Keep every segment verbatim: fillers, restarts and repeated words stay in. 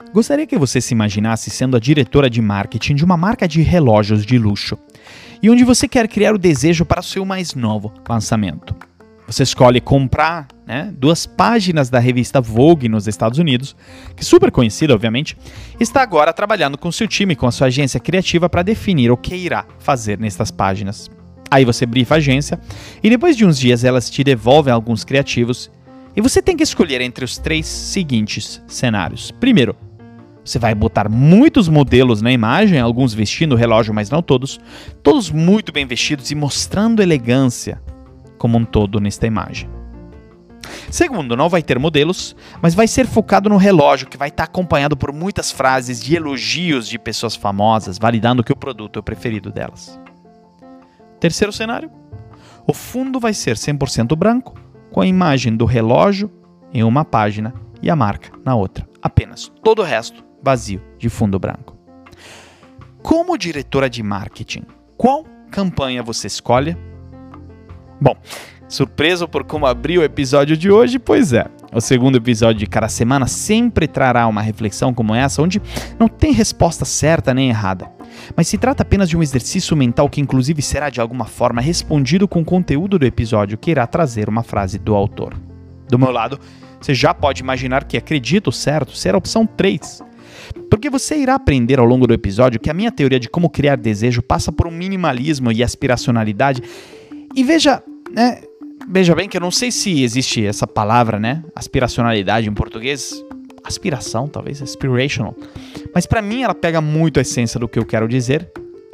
Gostaria que você se imaginasse sendo a diretora de marketing de uma marca de relógios de luxo e onde você quer criar o desejo para o seu mais novo lançamento. Você escolhe comprar né, duas páginas da revista Vogue nos Estados Unidos, que é super conhecida, obviamente, e está agora trabalhando com seu time, com a sua agência criativa para definir o que irá fazer nestas páginas. Aí você brifa a agência e depois de uns dias elas te devolvem alguns criativos e você tem que escolher entre os três seguintes cenários. Primeiro, você vai botar muitos modelos na imagem, alguns vestindo o relógio, mas não todos, todos muito bem vestidos e mostrando elegância como um todo nesta imagem. Segundo, não vai ter modelos, mas vai ser focado no relógio, que vai estar acompanhado por muitas frases de elogios de pessoas famosas, validando que o produto é o preferido delas. Terceiro cenário, o fundo vai ser cem por cento branco, com a imagem do relógio em uma página e a marca na outra. Apenas todo o resto vazio de fundo branco. Como diretora de marketing, qual campanha você escolhe? Bom, surpreso por como abri o episódio de hoje? Pois é, o segundo episódio de cada semana sempre trará uma reflexão como essa, onde não tem resposta certa nem errada, mas se trata apenas de um exercício mental que inclusive será de alguma forma respondido com o conteúdo do episódio que irá trazer uma frase do autor. Do meu lado, você já pode imaginar que acredito certo ser a opção três, porque você irá aprender ao longo do episódio que a minha teoria de como criar desejo passa por um minimalismo e aspiracionalidade. E veja, né, veja bem que eu não sei se existe essa palavra, né, aspiracionalidade em português, aspiração talvez, aspirational, mas para mim ela pega muito a essência do que eu quero dizer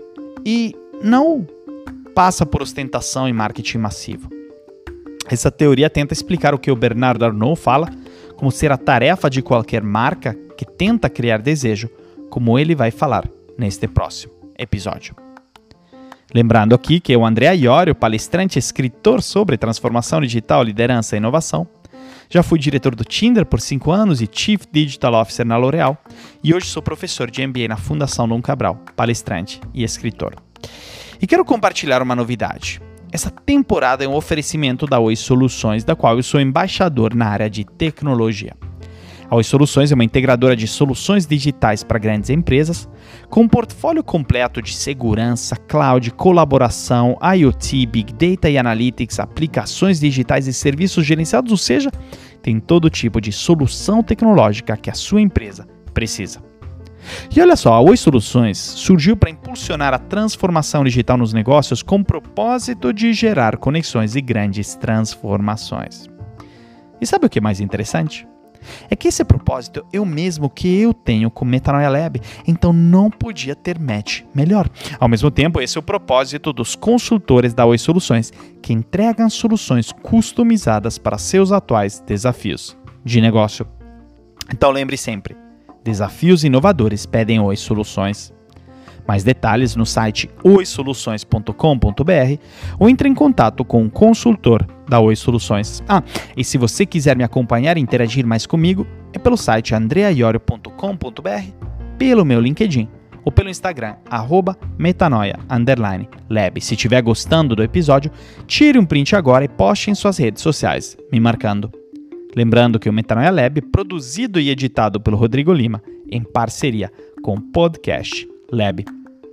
e não passa por ostentação e marketing massivo. Essa teoria tenta explicar o que o Bernard Arnault fala como ser a tarefa de qualquer marca que tenta criar desejo, como ele vai falar neste próximo episódio. Lembrando aqui que o André Iorio, palestrante e escritor sobre transformação digital, liderança e inovação, já fui diretor do Tinder por cinco anos e Chief Digital Officer na L'Oréal, e hoje sou professor de M B A na Fundação Dom Cabral, palestrante e escritor. E quero compartilhar uma novidade. Essa temporada é um oferecimento da Oi Soluções, da qual eu sou embaixador na área de tecnologia. A Oi Soluções é uma integradora de soluções digitais para grandes empresas, com um portfólio completo de segurança, cloud, colaboração, IoT, Big Data e Analytics, aplicações digitais e serviços gerenciados, ou seja, tem todo tipo de solução tecnológica que a sua empresa precisa. E olha só, a Oi Soluções surgiu para impulsionar a transformação digital nos negócios com o propósito de gerar conexões e grandes transformações. E sabe o que é mais interessante? É que esse propósito é o mesmo que eu tenho com o Metanoia Lab, então não podia ter match melhor. Ao mesmo tempo, esse é o propósito dos consultores da Oi Soluções, que entregam soluções customizadas para seus atuais desafios de negócio. Então lembre sempre, desafios inovadores pedem Oi Soluções. Mais detalhes no site oi soluções ponto com ponto b r ou entre em contato com o consultor da Oi Soluções. Ah, e se você quiser me acompanhar e interagir mais comigo, é pelo site andrea iorio ponto com ponto b r, pelo meu LinkedIn ou pelo Instagram, arroba metanoia underline lab. Se estiver gostando do episódio, tire um print agora e poste em suas redes sociais, me marcando. Lembrando que o Metanoia Lab é produzido e editado pelo Rodrigo Lima, em parceria com o Podcast Lab.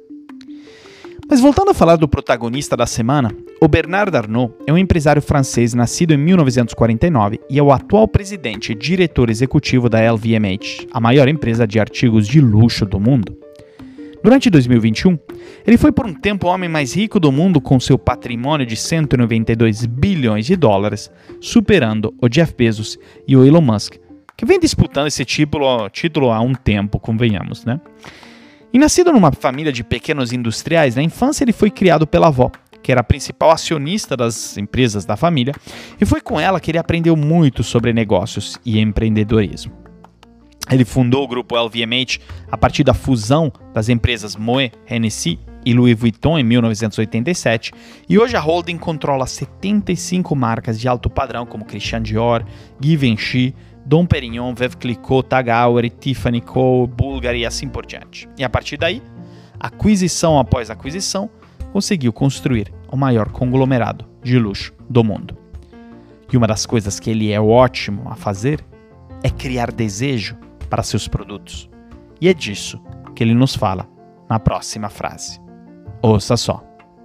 Mas voltando a falar do protagonista da semana, o Bernard Arnault é um empresário francês nascido em mil novecentos e quarenta e nove e é o atual presidente e diretor executivo da L V M H, a maior empresa de artigos de luxo do mundo. Durante dois mil e vinte e um, ele foi por um tempo o homem mais rico do mundo com seu patrimônio de cento e noventa e dois bilhões de dólares, superando o Jeff Bezos e o Elon Musk, que vem disputando esse título, título há um tempo, convenhamos, né? E nascido numa família de pequenos industriais, na infância ele foi criado pela avó, que era a principal acionista das empresas da família, e foi com ela que ele aprendeu muito sobre negócios e empreendedorismo. Ele fundou o grupo L V M H a partir da fusão das empresas Moët, Hennessy e Louis Vuitton em mil novecentos e oitenta e sete, e hoje a holding controla setenta e cinco marcas de alto padrão como Christian Dior, Givenchy, Dom Perignon, Veuve Clicquot, Tag Heuer, Tiffany Co, Bulgari e assim por diante. E a partir daí, aquisição após aquisição, conseguiu construir o maior conglomerado de luxo do mundo. E uma das coisas que ele é ótimo a fazer é criar desejo para seus produtos. E é disso que ele nos fala na próxima frase. Ouça só.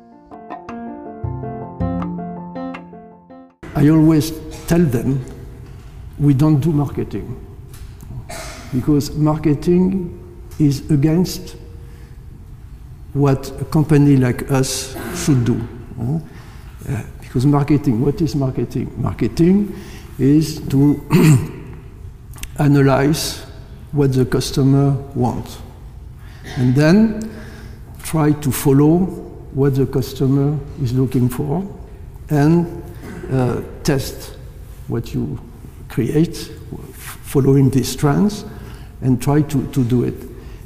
I always tell them we don't do marketing because marketing is against what a company like us should do. Uh, because marketing, what is marketing? Marketing is to analyze what the customer wants and then try to follow what the customer is looking for and uh, test what you create following these trends and try to, to do it.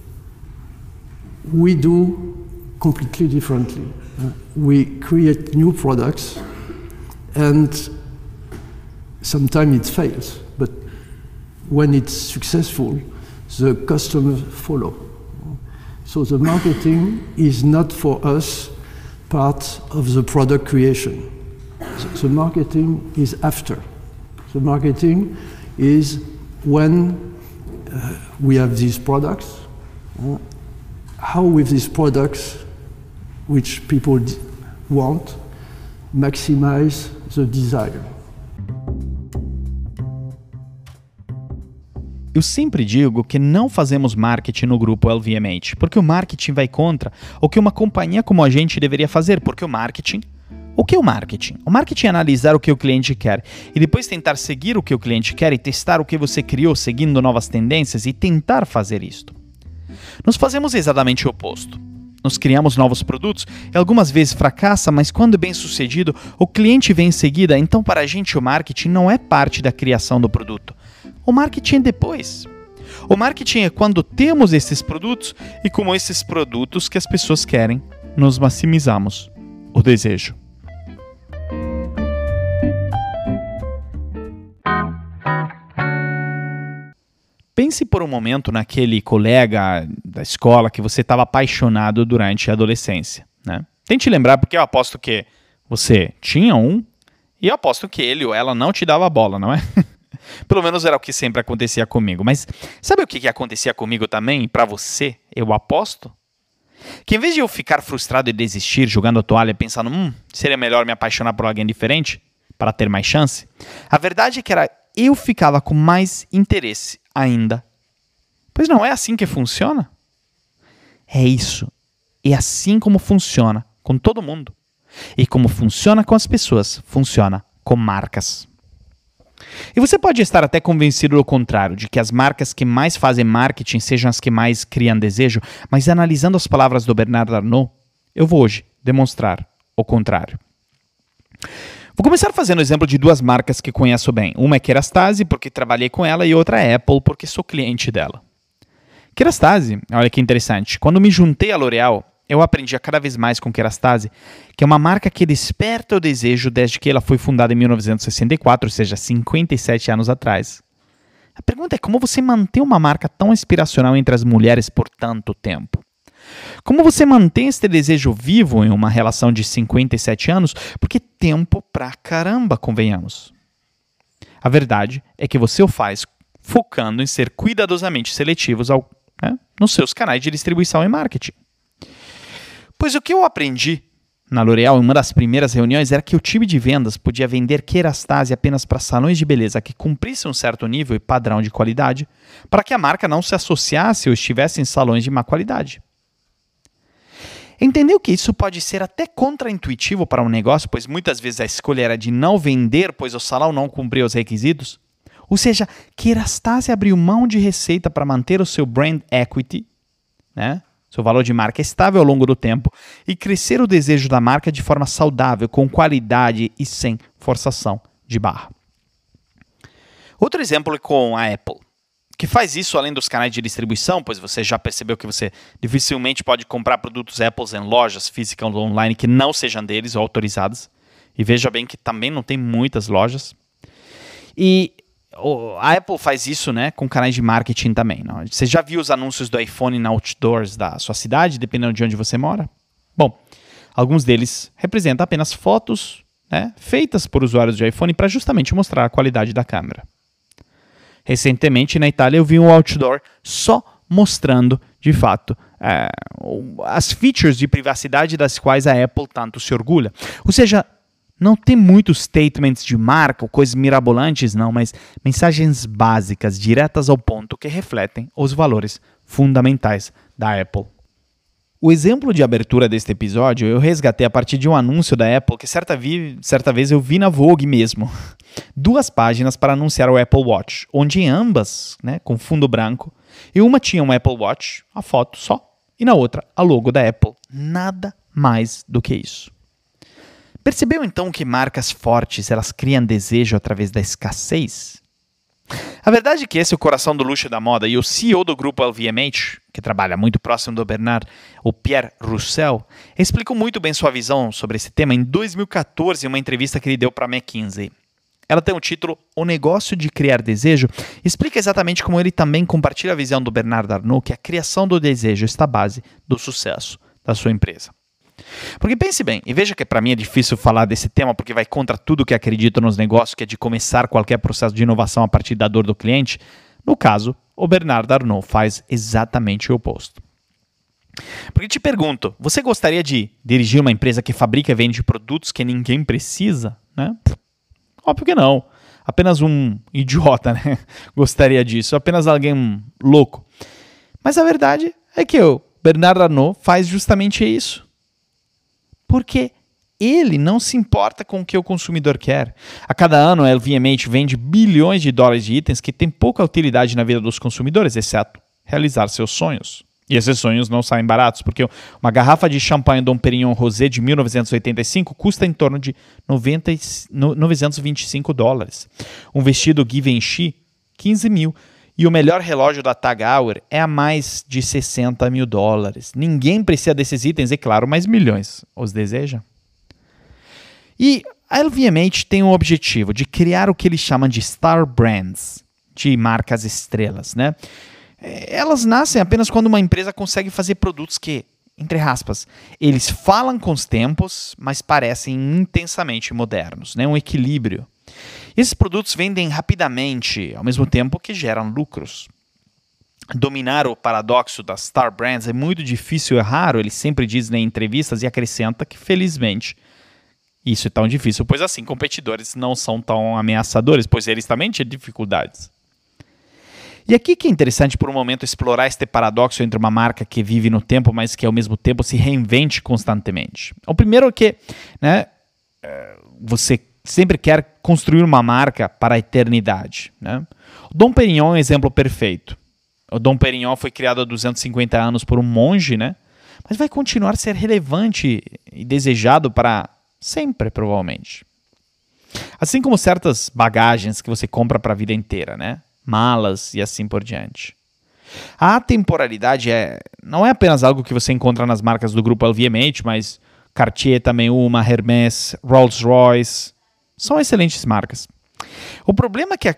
We do completely differently. Uh, we create new products and sometimes it fails, but when it's successful, the customers follow. So the marketing is not for us part of the product creation. The marketing is after. The marketing is when uh, we have these products, uh, how with these products, which people want, maximize the desire. Eu sempre digo que não fazemos marketing no grupo L V M H, porque o marketing vai contra o que uma companhia como a gente deveria fazer, porque o marketing... O que é o marketing? O marketing é analisar o que o cliente quer e depois tentar seguir o que o cliente quer e testar o que você criou seguindo novas tendências e tentar fazer isto. Nós fazemos exatamente o oposto. Nós criamos novos produtos e algumas vezes fracassa, mas quando é bem sucedido, o cliente vem em seguida, então para a gente o marketing não é parte da criação do produto. O marketing é depois. O marketing é quando temos esses produtos e como esses produtos que as pessoas querem, nós maximizamos o desejo. Pense por um momento naquele colega da escola que você estava apaixonado durante a adolescência, né? Tente lembrar, porque eu aposto que você tinha um e eu aposto que ele ou ela não te dava bola, não é? Pelo menos era o que sempre acontecia comigo. Mas sabe o que, que acontecia comigo também? Para você, eu aposto? Que em vez de eu ficar frustrado e desistir jogando a toalha pensando, hum, seria melhor me apaixonar por alguém diferente para ter mais chance, a verdade é que era eu ficava com mais interesse ainda. Pois não é assim que funciona? É isso. É assim como funciona com todo mundo. E como funciona com as pessoas, funciona com marcas. E você pode estar até convencido do contrário, de que as marcas que mais fazem marketing sejam as que mais criam desejo, mas analisando as palavras do Bernard Arnault, eu vou hoje demonstrar o contrário. Vou começar fazendo o exemplo de duas marcas que conheço bem. Uma é Kerastase, porque trabalhei com ela, e outra é Apple, porque sou cliente dela. Kerastase, olha que interessante, quando me juntei à L'Oréal, eu aprendi a cada vez mais com Kerastase, que é uma marca que desperta o desejo desde que ela foi fundada em mil novecentos e sessenta e quatro, ou seja, cinquenta e sete anos atrás. A pergunta é como você mantém uma marca tão inspiracional entre as mulheres por tanto tempo? Como você mantém esse desejo vivo em uma relação de cinquenta e sete anos? Porque tempo pra caramba, convenhamos. A verdade é que você o faz focando em ser cuidadosamente seletivos ao, né, nos seus canais de distribuição e marketing. Pois o que eu aprendi na L'Oréal em uma das primeiras reuniões era que o time de vendas podia vender Kerastase apenas para salões de beleza que cumprissem um certo nível e padrão de qualidade, para que a marca não se associasse ou estivesse em salões de má qualidade. Entendeu que isso pode ser até contraintuitivo para um negócio, pois muitas vezes a escolha era de não vender, pois o salão não cumpria os requisitos? Ou seja, Kerastase abriu mão de receita para manter o seu brand equity, né? Seu valor de marca estável ao longo do tempo, e crescer o desejo da marca de forma saudável, com qualidade e sem forçação de barra. Outro exemplo é com a Apple, que faz isso além dos canais de distribuição, pois você já percebeu que você dificilmente pode comprar produtos Apple em lojas físicas ou online que não sejam deles ou autorizadas. E veja bem que também não tem muitas lojas. E a Apple faz isso, né, com canais de marketing também. Não? Você já viu os anúncios do iPhone na outdoors da sua cidade, dependendo de onde você mora? Bom, alguns deles representam apenas fotos, né, feitas por usuários de iPhone para justamente mostrar a qualidade da câmera. Recentemente, na Itália, eu vi um outdoor só mostrando, de fato, é, as features de privacidade das quais a Apple tanto se orgulha. Ou seja, não tem muitos statements de marca ou coisas mirabolantes, não, mas mensagens básicas, diretas ao ponto, que refletem os valores fundamentais da Apple. O exemplo de abertura deste episódio eu resgatei a partir de um anúncio da Apple que certa, vi, certa vez eu vi na Vogue mesmo. Duas páginas para anunciar o Apple Watch, onde em ambas, né, com fundo branco, e uma tinha um Apple Watch, a foto só, e na outra a logo da Apple. Nada mais do que isso. Percebeu então que marcas fortes elas criam desejo através da escassez? A verdade é que esse é o coração do luxo da moda, e o C E O do grupo L V M H, que trabalha muito próximo do Bernard, o Pierre Roussel, explicou muito bem sua visão sobre esse tema em dois mil e quatorze, em uma entrevista que ele deu para a McKinsey. Ela tem o título O Negócio de Criar Desejo, e explica exatamente como ele também compartilha a visão do Bernard Arnault, que a criação do desejo está à base do sucesso da sua empresa. Porque pense bem, e veja que para mim é difícil falar desse tema porque vai contra tudo que acredito nos negócios, que é de começar qualquer processo de inovação a partir da dor do cliente. No caso, o Bernard Arnault faz exatamente o oposto. Porque te pergunto, você gostaria de dirigir uma empresa que fabrica e vende produtos que ninguém precisa? Né? Óbvio que não. Apenas um idiota, né? Gostaria disso, apenas alguém louco. Mas a verdade é que o Bernard Arnault faz justamente isso. Porque ele não se importa com o que o consumidor quer. A cada ano, a L V M H vende bilhões de dólares de itens que têm pouca utilidade na vida dos consumidores, exceto realizar seus sonhos. E esses sonhos não saem baratos, porque uma garrafa de champanhe Dom Pérignon Rosé de mil novecentos e oitenta e cinco custa em torno de novecentos e vinte e cinco dólares. Um vestido Givenchy, quinze mil. E o melhor relógio da Tag Heuer é a mais de sessenta mil dólares. Ninguém precisa desses itens, é claro, mas milhões os deseja. E a L V M H tem o objetivo de criar o que eles chamam de Star Brands, de marcas estrelas, né? Elas nascem apenas quando uma empresa consegue fazer produtos que, entre aspas, eles falam com os tempos, mas parecem intensamente modernos, né? Um equilíbrio. Esses produtos vendem rapidamente, ao mesmo tempo que geram lucros. Dominar o paradoxo das Star Brands é muito difícil e raro, ele sempre diz em entrevistas e acrescenta que, felizmente, isso é tão difícil, pois assim, competidores não são tão ameaçadores, pois eles também tinham dificuldades. E aqui que é interessante por um momento explorar este paradoxo entre uma marca que vive no tempo, mas que ao mesmo tempo se reinvente constantemente. O primeiro é que, né, você sempre quer construir uma marca para a eternidade, né? O Dom Pérignon é um exemplo perfeito. O Dom Pérignon foi criado há duzentos e cinquenta anos por um monge, né? Mas vai continuar a ser relevante e desejado para sempre, provavelmente. Assim como certas bagagens que você compra para a vida inteira, né? Malas e assim por diante. A atemporalidade é, não é apenas algo que você encontra nas marcas do grupo L V M H, mas Cartier também uma, Hermès, Rolls-Royce, são excelentes marcas. O problema é que a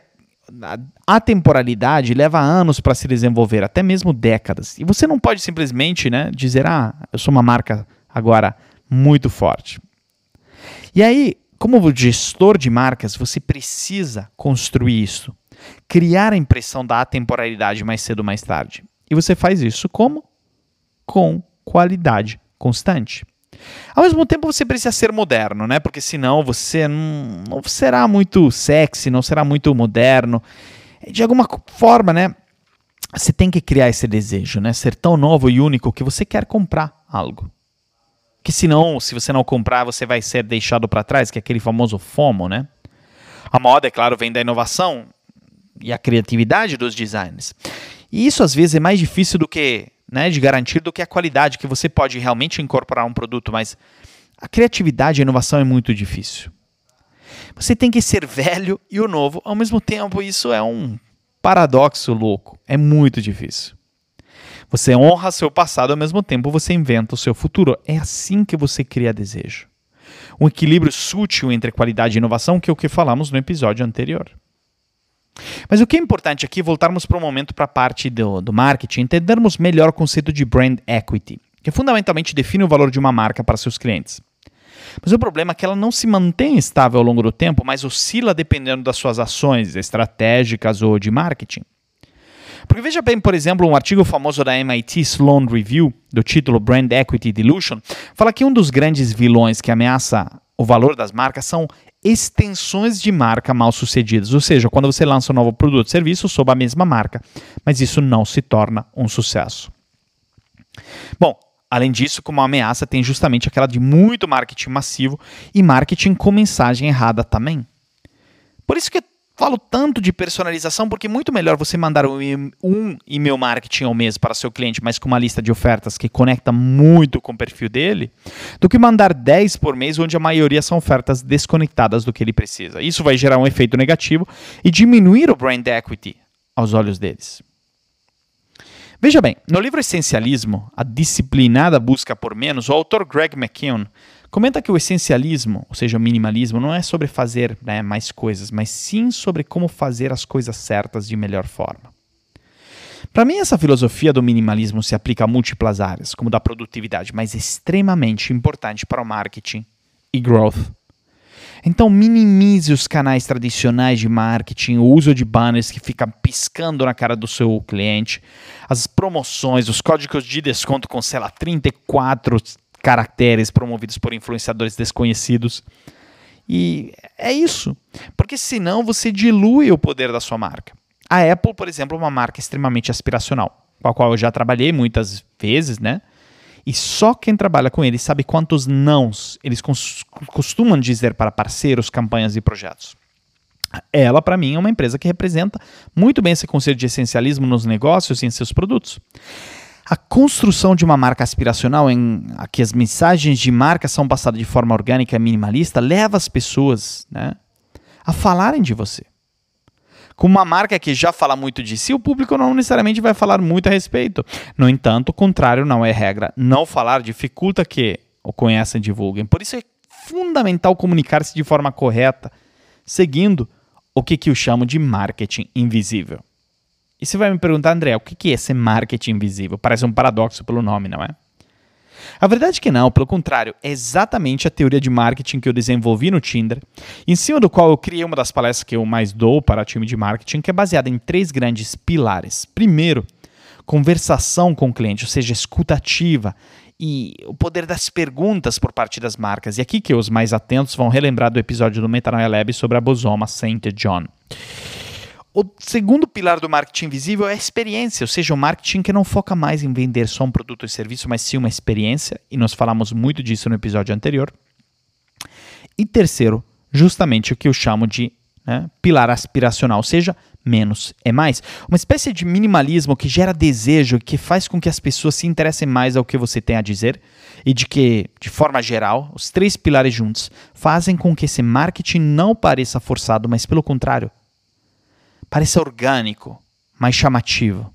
atemporalidade leva anos para se desenvolver, até mesmo décadas. E você não pode simplesmente, né, dizer, ah, eu sou uma marca agora muito forte. E aí, como gestor de marcas, você precisa construir isso. Criar a impressão da atemporalidade mais cedo ou mais tarde. E você faz isso como? Com qualidade constante. Ao mesmo tempo, você precisa ser moderno, né? Porque senão você não, não será muito sexy, não será muito moderno. De alguma forma, né? Você tem que criar esse desejo, né? Ser tão novo e único que você quer comprar algo. Que senão, se você não comprar, você vai ser deixado para trás, que é aquele famoso FOMO, né? A moda, é claro, vem da inovação e a criatividade dos designers. E isso, às vezes, é mais difícil do que... Né, de garantir do que a qualidade, que você pode realmente incorporar um produto, mas a criatividade e a inovação é muito difícil. Você tem que ser velho e o novo ao mesmo tempo, isso é um paradoxo louco, é muito difícil. Você honra seu passado, ao mesmo tempo você inventa o seu futuro, é assim que você cria desejo. Um equilíbrio sutil entre qualidade e inovação, que é o que falamos no episódio anterior. Mas o que é importante aqui é voltarmos para um momento para a parte do, do marketing, entendermos melhor o conceito de brand equity, que fundamentalmente define o valor de uma marca para seus clientes. Mas o problema é que ela não se mantém estável ao longo do tempo, mas oscila dependendo das suas ações estratégicas ou de marketing. Porque veja bem, por exemplo, um artigo famoso da M I T Sloan Review, do título Brand Equity Dilution, fala que um dos grandes vilões que ameaça o valor das marcas são extensões de marca mal sucedidas, ou seja, quando você lança um novo produto ou serviço sob a mesma marca, mas isso não se torna um sucesso. Bom, além disso, como ameaça, tem justamente aquela de muito marketing massivo e marketing com mensagem errada também. Por isso que eu falo tanto de personalização, porque é muito melhor você mandar um, um e-mail marketing ao mês para seu cliente, mas com uma lista de ofertas que conecta muito com o perfil dele, do que mandar dez por mês, onde a maioria são ofertas desconectadas do que ele precisa. Isso vai gerar um efeito negativo e diminuir o brand equity aos olhos deles. Veja bem, no livro Essencialismo, a disciplinada busca por menos, o autor Greg McKeown comenta que o essencialismo, ou seja, o minimalismo, não é sobre fazer, né, mais coisas, mas sim sobre como fazer as coisas certas de melhor forma. Para mim, essa filosofia do minimalismo se aplica a múltiplas áreas, como da produtividade, mas é extremamente importante para o marketing e growth. Então, minimize os canais tradicionais de marketing, o uso de banners que ficam piscando na cara do seu cliente, as promoções, os códigos de desconto com, sei lá, trinta e quatro caracteres promovidos por influenciadores desconhecidos. E é isso, porque senão você dilui o poder da sua marca. A Apple, por exemplo, é uma marca extremamente aspiracional, com a qual eu já trabalhei muitas vezes, né? E só quem trabalha com eles sabe quantos nãos eles costumam dizer para parceiros, campanhas e projetos. Ela, para mim, é uma empresa que representa muito bem esse conceito de essencialismo nos negócios e em seus produtos. A construção de uma marca aspiracional em que as mensagens de marca são passadas de forma orgânica e minimalista leva as pessoas, né, a falarem de você. Com uma marca que já fala muito de si, o público não necessariamente vai falar muito a respeito. No entanto, o contrário não é regra. Não falar dificulta que o conheçam e divulguem. Por isso é fundamental comunicar-se de forma correta, seguindo o que, que eu chamo de marketing invisível. E você vai me perguntar, André, o que é esse marketing invisível? Parece um paradoxo pelo nome, não é? A verdade é que não, pelo contrário, é exatamente a teoria de marketing que eu desenvolvi no Tinder, em cima do qual eu criei uma das palestras que eu mais dou para o time de marketing, que é baseada em três grandes pilares. Primeiro, conversação com o cliente, ou seja, escutativa e o poder das perguntas por parte das marcas. E aqui que os mais atentos vão relembrar do episódio do Metanoia Lab sobre a Bosoma Saint John. O segundo pilar do marketing invisível é a experiência, ou seja, o marketing que não foca mais em vender só um produto ou serviço, mas sim uma experiência, e nós falamos muito disso no episódio anterior. E terceiro, justamente o que eu chamo de, né, pilar aspiracional, ou seja, menos é mais. Uma espécie de minimalismo que gera desejo, que faz com que as pessoas se interessem mais ao que você tem a dizer, e de que, de forma geral, os três pilares juntos fazem com que esse marketing não pareça forçado, mas pelo contrário, pareça orgânico, mais chamativo.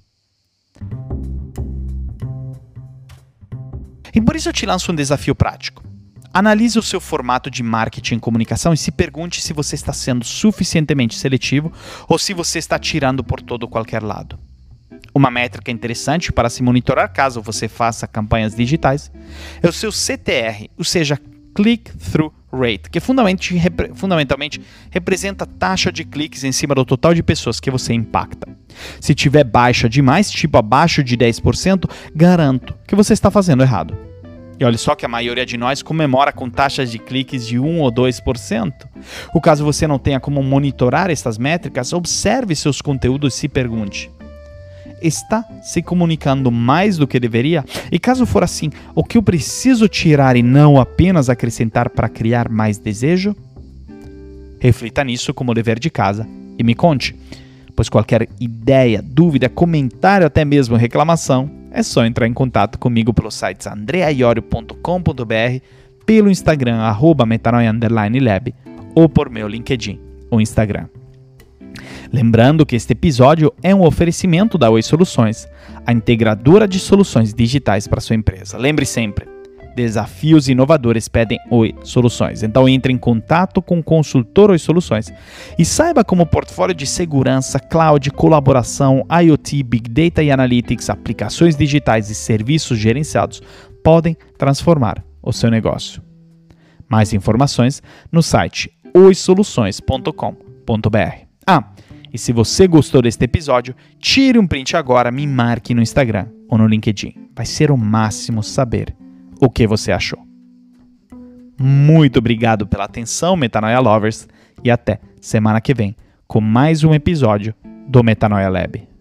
E por isso eu te lanço um desafio prático. Analise o seu formato de marketing e comunicação e se pergunte se você está sendo suficientemente seletivo ou se você está tirando por todo qualquer lado. Uma métrica interessante para se monitorar caso você faça campanhas digitais é o seu C T R, ou seja, Click-Through Rate, que fundamentalmente, repre, fundamentalmente representa a taxa de cliques em cima do total de pessoas que você impacta. Se tiver baixa demais, tipo abaixo de dez por cento, garanto que você está fazendo errado. E olha só que a maioria de nós comemora com taxas de cliques de um ou dois por cento. O caso você não tenha como monitorar estas métricas, observe seus conteúdos e se pergunte: está se comunicando mais do que deveria? E caso for assim, o que eu preciso tirar e não apenas acrescentar para criar mais desejo? Reflita nisso como dever de casa e me conte, pois qualquer ideia, dúvida, comentário, até mesmo reclamação, é só entrar em contato comigo pelo site andrea iorio ponto com ponto br, pelo Instagram, arroba metanoia underline lab, ou por meu LinkedIn ou Instagram. Lembrando que este episódio é um oferecimento da Oi Soluções, a integradora de soluções digitais para sua empresa. Lembre sempre, desafios inovadores pedem Oi Soluções. Então entre em contato com o consultor Oi Soluções e saiba como o portfólio de segurança, cloud, colaboração, IoT, Big Data e Analytics, aplicações digitais e serviços gerenciados podem transformar o seu negócio. Mais informações no site oi soluções ponto com ponto b r. Ah, e se você gostou deste episódio, tire um print agora, me marque no Instagram ou no LinkedIn. Vai ser o máximo saber o que você achou. Muito obrigado pela atenção, Metanoia Lovers, e até semana que vem com mais um episódio do Metanoia Lab.